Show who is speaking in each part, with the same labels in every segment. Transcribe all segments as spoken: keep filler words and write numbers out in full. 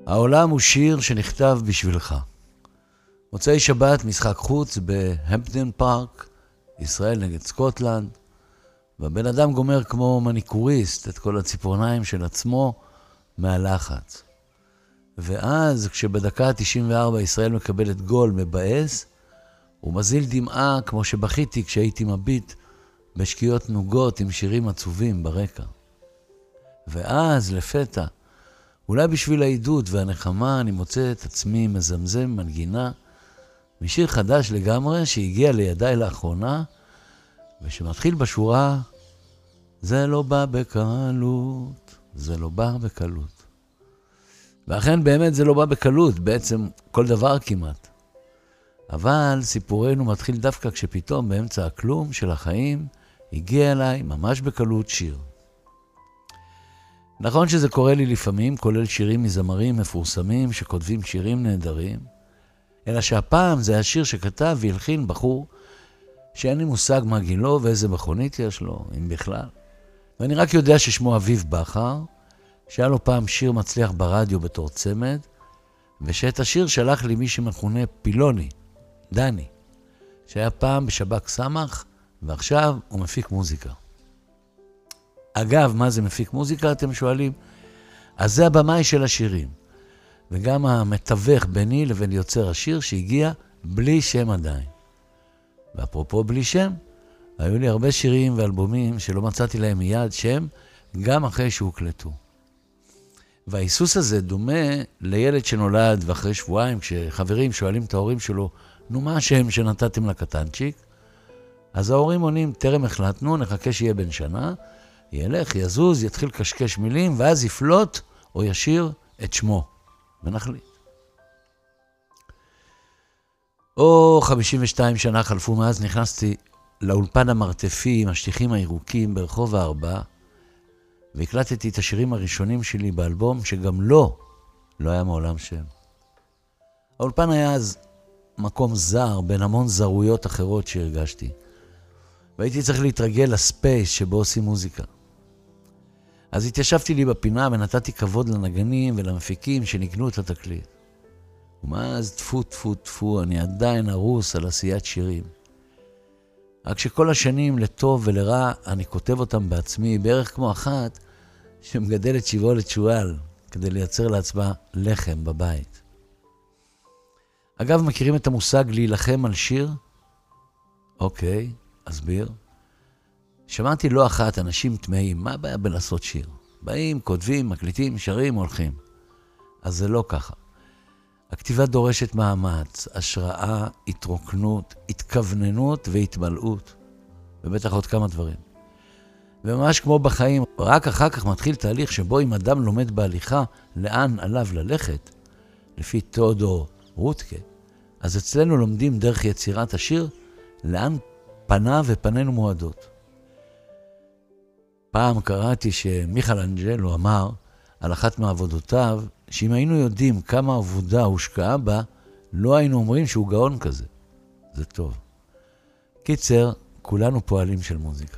Speaker 1: העולם הוא שיר שנכתב בשבילך. מוצאי שבת, משחק חוץ בהמפטון פארק, ישראל נגד סקוטלנד, והבן אדם גומר כמו מניקוריסט את כל הציפורניים של עצמו מהלחץ. ואז כשבדקה ה-תשעים וארבע ישראל מקבלת גול מבאס, הוא מזיל דמעה כמו שבכיתי כשהייתי מביט בשקיעות נוגות עם שירים עצובים ברקע. ואז לפתע, אולי בשביל העידוד והנחמה, אני מוצא את עצמי מזמזם מנגינה משיר חדש לגמרי שהגיע לידיי לאחרונה, ושמתחיל בשורה, זה לא בא בקלות, זה לא בא בקלות. ואכן באמת זה לא בא בקלות, בעצם כל דבר כמעט. אבל סיפורנו מתחיל דווקא כשפתאום באמצע הכלום של החיים הגיע אליי ממש בקלות שיר. נכון שזה קורה לי לפעמים, כולל שירים מזמרים מפורסמים שכותבים שירים נהדרים, אלא שהפעם זה השיר שכתב והלחין בחור שאין לי מושג מה גילו ואיזה מכונית יש לו, אם בכלל. ואני רק יודע ששמו אביב בחר, שהיה לו פעם שיר מצליח ברדיו בתור צמד, ושאת השיר שלח לי מי שמכונה פילוני, דני, שהיה פעם בשבק סמך, ועכשיו הוא מפיק מוזיקה. אגב, מה זה מפיק מוזיקה, אתם שואלים? אז זה הבמאי של השירים, וגם המתווך ביני לבין יוצר השיר שהגיע בלי שם עדיין. ואפרופו בלי שם, היו לי הרבה שירים ואלבומים שלא מצאתי להם מיד שם, גם אחרי שהוקלטו. וההיסוס הזה דומה לילד שנולד ואחרי שבועיים, כשחברים שואלים את ההורים שלו, נו מה השם שנתתם לקטנצ'יק? אז ההורים עונים, טרם החלטנו, נחכה שיהיה בן שנה, ילך, יזוז, יתחיל קשקש מילים, ואז יפלוט או ישיר את שמו, ונחליט. או חמישים ושתיים שנה חלפו מאז נכנסתי לאולפן המרתפי עם השטיחים הירוקים ברחוב הארבע, והקלטתי את השירים הראשונים שלי באלבום שגם לא, לא היה מעולם שם. האולפן היה אז מקום זר בין המון זרויות אחרות שהרגשתי, והייתי צריך להתרגל לספייס שבו עושים מוזיקה. אז התיישבתי לי בפינה ונתתי כבוד לנגנים ולמפיקים שנגנו את התקליט. ומאז תפו תפו תפו, אני עדיין ארוס על עשיית שירים. רק שכל השנים לטוב ולרע אני כותב אותם בעצמי, בערך כמו אחת שמגדלת שיבולת שועל כדי לייצר לעצמה לחם בבית. אגב, מכירים את המושג להילחם על שיר? אוקיי, אסביר. שמעתי לא אחת אנשים תמאים, מה הבעיה בלעשות שיר? באים, כותבים, מקליטים, שרים, הולכים. אז זה לא ככה. הכתיבה דורשת מאמץ, השראה, התרוקנות, התכווננות והתמלאות. ובטח עוד כמה דברים. וממש כמו בחיים, רק אחר כך מתחיל תהליך שבו אם אדם לומד בהליכה לאן עליו ללכת, לפי תיאודור רוטקה, אז אצלנו לומדים דרך יצירת השיר לאן פנה ופנינו מועדות. פעם קראתי שמיכל אנג'לו אמר על אחת מעבודותיו, שאם היינו יודעים כמה עבודה הושקעה בה, לא היינו אומרים שהוא גאון כזה. זה טוב. קיצר, כולנו פועלים של מוזיקה.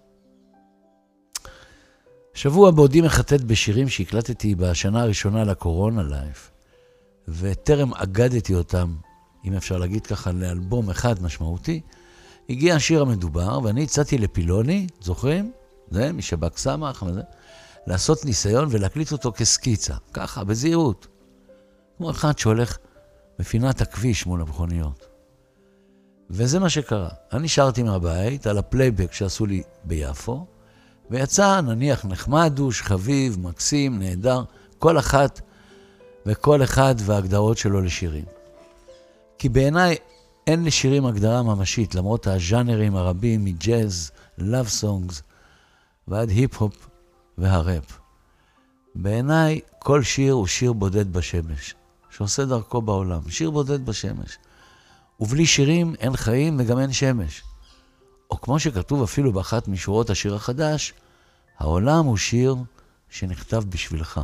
Speaker 1: שבוע בעודי מחטט בשירים שהקלטתי בשנה הראשונה לקורונה לייף, וטרם אגדתי אותם, אם אפשר להגיד ככה, לאלבום אחד משמעותי, הגיע השיר המדובר, ואני הצעתי לפילוני, זוכרים? זה משבק סמך וזה, לעשות ניסיון ולהקליט אותו כסקיצה, ככה, בזהירות. כמו אחד שהולך בפינת הכביש מול המכוניות. וזה מה שקרה. אני שרתי מהבית על הפלייבק שעשו לי ביפו, ויצא נניח נחמד, דוש, חביב, מקסים, נהדר, כל אחת וכל אחד וההגדרות שלו לשירים. כי בעיניי אין לשירים הגדרה ממשית, למרות הז'אנרים הרבים מג'אז, לאב סונגס, ועד היפ-הופ והראפ. בעיניי כל שיר הוא שיר בודד בשמש, שעושה דרכו בעולם, שיר בודד בשמש. ובלי שירים אין חיים וגם אין שמש. או כמו שכתוב אפילו באחת משורות השיר החדש, העולם הוא שיר שנכתב בשבילך.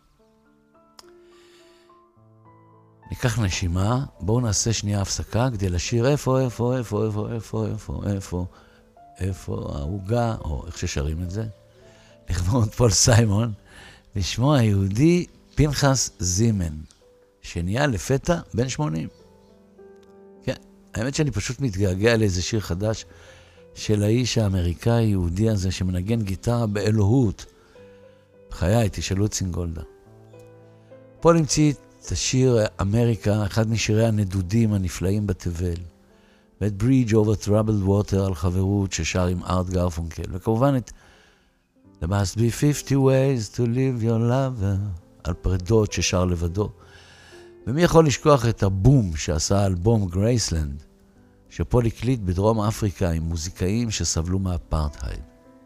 Speaker 1: ניקח נשימה, בואו נעשה שנייה הפסקה כדי לשיר איפה, איפה, איפה, איפה, איפה, איפה, איפה, איפה ההוגה, או איך ששרים את זה, לכבוד פול סיימון, לשמוע יהודי פנחס זימן, שנהיה לפתע בן שמונים. כן, האמת שאני פשוט מתגעגע לאיזה שיר חדש של האיש האמריקאי היהודי הזה שמנגן גיטרה באלוהות. בחיי, תשאלו את סינגולדה. פול המציא את השיר אמריקה, אחד משירי הנדודים הנפלאים בתבל, ואת Bridge Over Troubled Water על חברות ששר עם ארט גרפונקל, וכמובן את There must be fifty ways to live your lover על פרדות ששר לבדו. ומי יכול לשכוח את הבום שעשה אלבום גרייסלנד, שפול הקליט בדרום אפריקה עם מוזיקאים שסבלו מהאפרטהייד.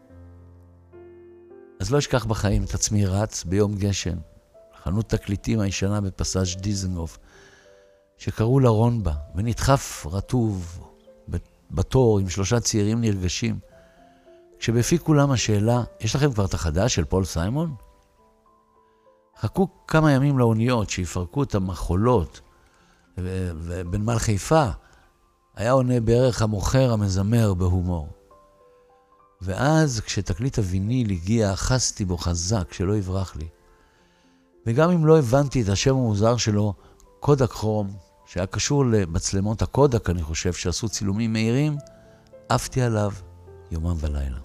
Speaker 1: אז לא אשכח בחיים את עצמי רץ ביום גשם, חנות תקליטים הישנה בפסאז' דיזנגוף, שקראו לה רונבה, ונדחף רטוב בתור עם שלושה צעירים נרגשים, כשבפי כולם השאלה, יש לכם כבר את החדש של פול סיימון? חכו כמה ימים לאוניות שיפרקו את המחולות, ובנמל חיפה היה עונה בערך המוכר המזמר בהומור. ואז כשתקליט הוויניל הגיע, אחזתי בו חזק שלא יברח לי. וגם אם לא הבנתי את השם המוזר שלו, קודק כרום, שהיה קשור למצלמות הקודק, אני חושב, שעשו צילומים מהירים, עפתי עליו יומם ולילה.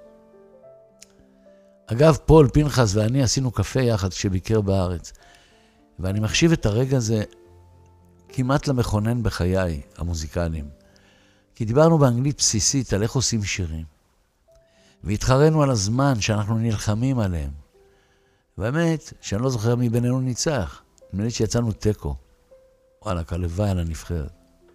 Speaker 1: אגב, פול, פנחס ואני עשינו קפה יחד כשביקר בארץ, ואני מחשיב את הרגע הזה כמעט למכונן בחיי המוזיקליים, כי דיברנו באנגלית בסיסית על איך עושים שירים, והתחרנו על הזמן שאנחנו נלחמים עליהם. באמת, שאני לא זוכר מי בינינו ניצח, נדמה לי שיצאנו טקו. וואלה, כלוואי על הנבחרת.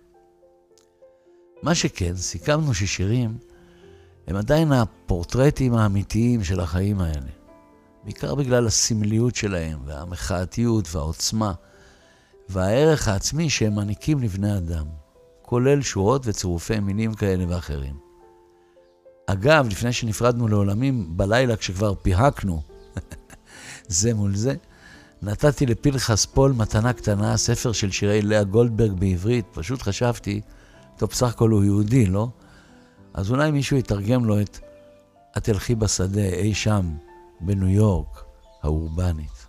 Speaker 1: מה שכן, סיכמנו ששירים הם עדיין הפורטרטים האמיתיים של החיים האלה. בעיקר בגלל הסמליות שלהם, והמחאתיות והעוצמה, והערך העצמי שהם מעניקים לבני אדם, כולל שורות וצירופי מילים כאלה ואחרים. אגב, לפני שנפרדנו לעולמים בלילה כשכבר פיהקנו, זה מול זה, נתתי לפנחס פול מתנה קטנה, ספר של שירי לאה גולדברג בעברית. פשוט חשבתי, טוב, בסך הכל הוא יהודי, לא? אז אולי מישהו יתרגם לו את את תלכי בשדה אי שם בניו יורק האורבנית.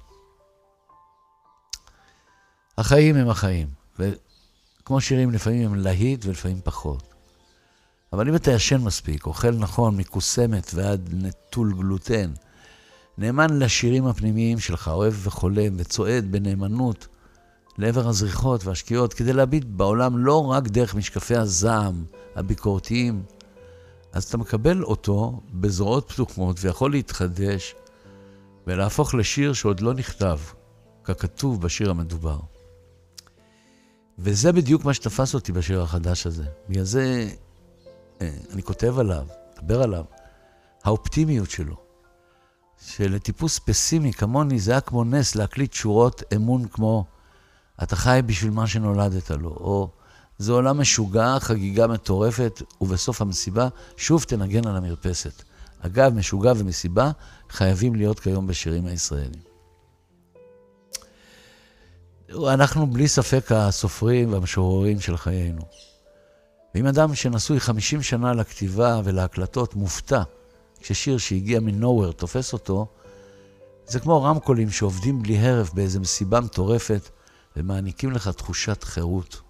Speaker 1: החיים הם החיים, וכמו שירים לפעמים הם להיט ולפעמים פחות. אבל אם אתה ישן מספיק, אוכל נכון, מקוסמת ועד נטול גלוטן, נאמן לשירים הפנימיים שלך, אוהב וחולם וצועד בנאמנות לעבר הזריחות והשקיעות, כדי להביט בעולם לא רק דרך משקפי הזעם הביקורתיים, אז אתה מקבל אותו בזרועות פתוחות ויכול להתחדש ולהפוך לשיר שעוד לא נכתב, ככתוב בשיר המדובר. וזה בדיוק מה שתפס אותי בשיר החדש הזה. בגלל זה אני כותב עליו, מדבר עליו, האופטימיות שלו. שלטיפוס פסימי כמוני זה היה כמו נס להקליט שורות אמון כמו אתה חי בשביל מה שנולדת לו, או זה עולם משוגע, חגיגה מטורפת, ובסוף המסיבה שוב תנגן על המרפסת. אגב, משוגע ומסיבה חייבים להיות כיום בשירים הישראלים. אנחנו בלי ספק הסופרים והמשוררים של חיינו. ואם אדם שנשוי חמישים שנה לכתיבה ולהקלטות מופתע, כששיר שהגיע מנוהוור תופס אותו, זה כמו רמקולים שעובדים בלי הרף באיזו מסיבה מטורפת ומעניקים לך תחושת חירות.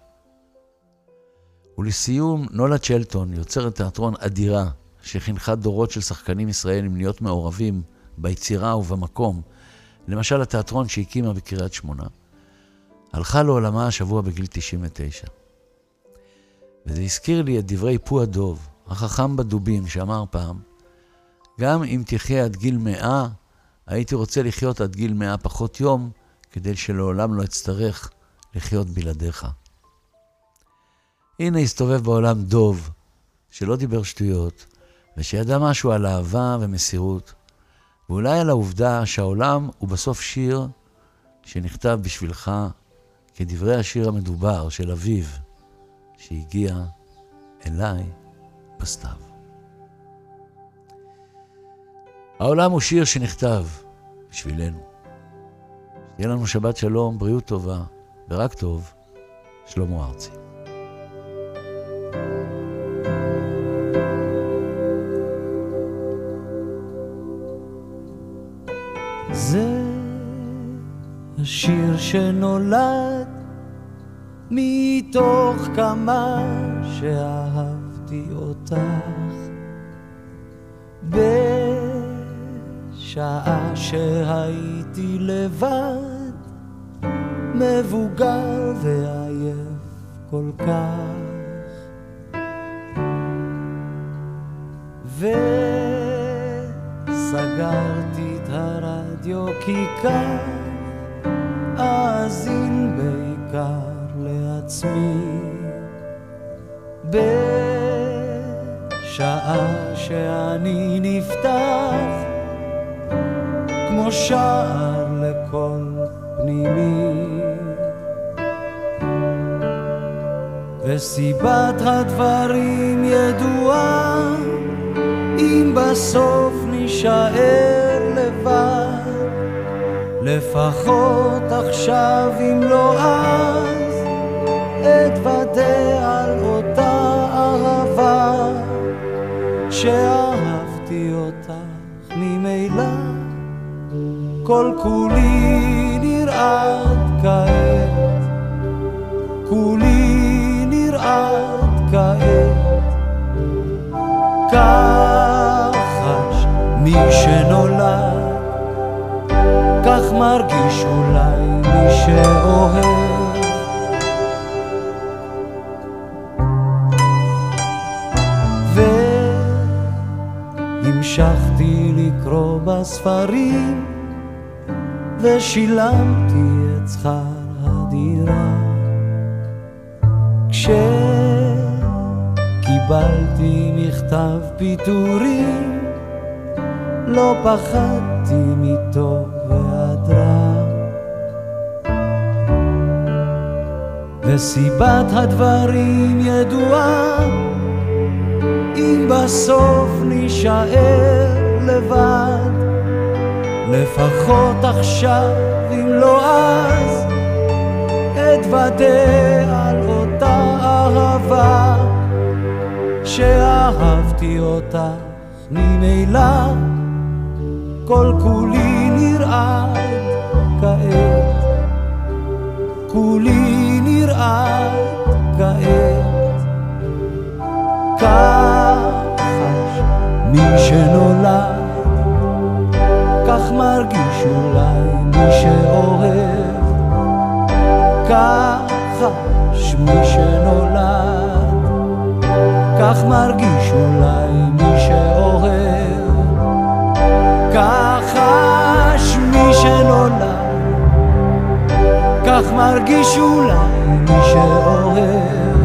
Speaker 1: ולסיום, נולה צ'לטון, יוצרת תיאטרון אדירה שחינכה דורות של שחקנים ישראלים להיות מעורבים ביצירה ובמקום, למשל התיאטרון שהקימה בקריית שמונה, הלכה לעולמה השבוע בגיל תשעים ותשע. וזה הזכיר לי את דברי פוע דוב, החכם בדובים, שאמר פעם, גם אם תחיה עד גיל מאה, הייתי רוצה לחיות עד גיל מאה פחות יום, כדי שלעולם לא אצטרך לחיות בלעדיך. הנה הסתובב בעולם דוב, שלא דיבר שטויות, ושידע משהו על אהבה ומסירות, ואולי על העובדה שהעולם הוא בסוף שיר שנכתב בשבילך, כדברי השיר המדובר של אביו, שהגיע אליי בסתיו. העולם הוא שיר שנכתב בשבילנו. יהיה לנו שבת שלום, בריאות טובה, ורק טוב, שלמה ארצי.
Speaker 2: זה השיר שנולד מתוך כמה שאהבתי אותך, בשעה שהייתי לבד, מבוגר ועייף כל כך, וסגרתי את הרדיו כי כאן אאזין בעיקר לעצמי, בשעה שאני נפתח כמו שער לכל פנימי, וסיבת הדברים ידועה, אם בסוף נשאר לבד, לפחות עכשיו אם לא אז, אתוודה על אותה אהבה שאהבתי אותך ממילא, כל כולי נרעד כעת, כולי נרעד כעת, כך חש מי שנולד, כך מרגיש אולי מי שאוהב, והמשכתי לקרוא בספרים, ושילמתי את שכר הדירה, כשקיבלתי מכתב פיטורים, לא פחדתי מטוב ועד רע, וסיבת הדברים ידועה, אם בסוף נשאר לבד, לפחות עכשיו אם לא אז, אתוודה על אותה אהבה שאהבתי אותך ממילא, כל כולי נרעד כעת, כולי נרעד כעת, כך חש מי שנולד, כך מרגיש אולי מי שאוהב, כך חש מי שנולד, כך מרגיש אולי מי שאוהב, כך חש מי שנולד, כך מרגיש אולי מי שאוהב,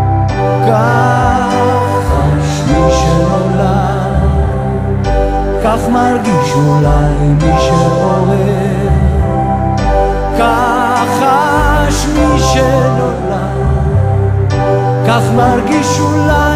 Speaker 2: כך חש מי שנולד, כך מרגיש אולי מי שאוהב, כך חש מי שנולד, כך מרגיש אולי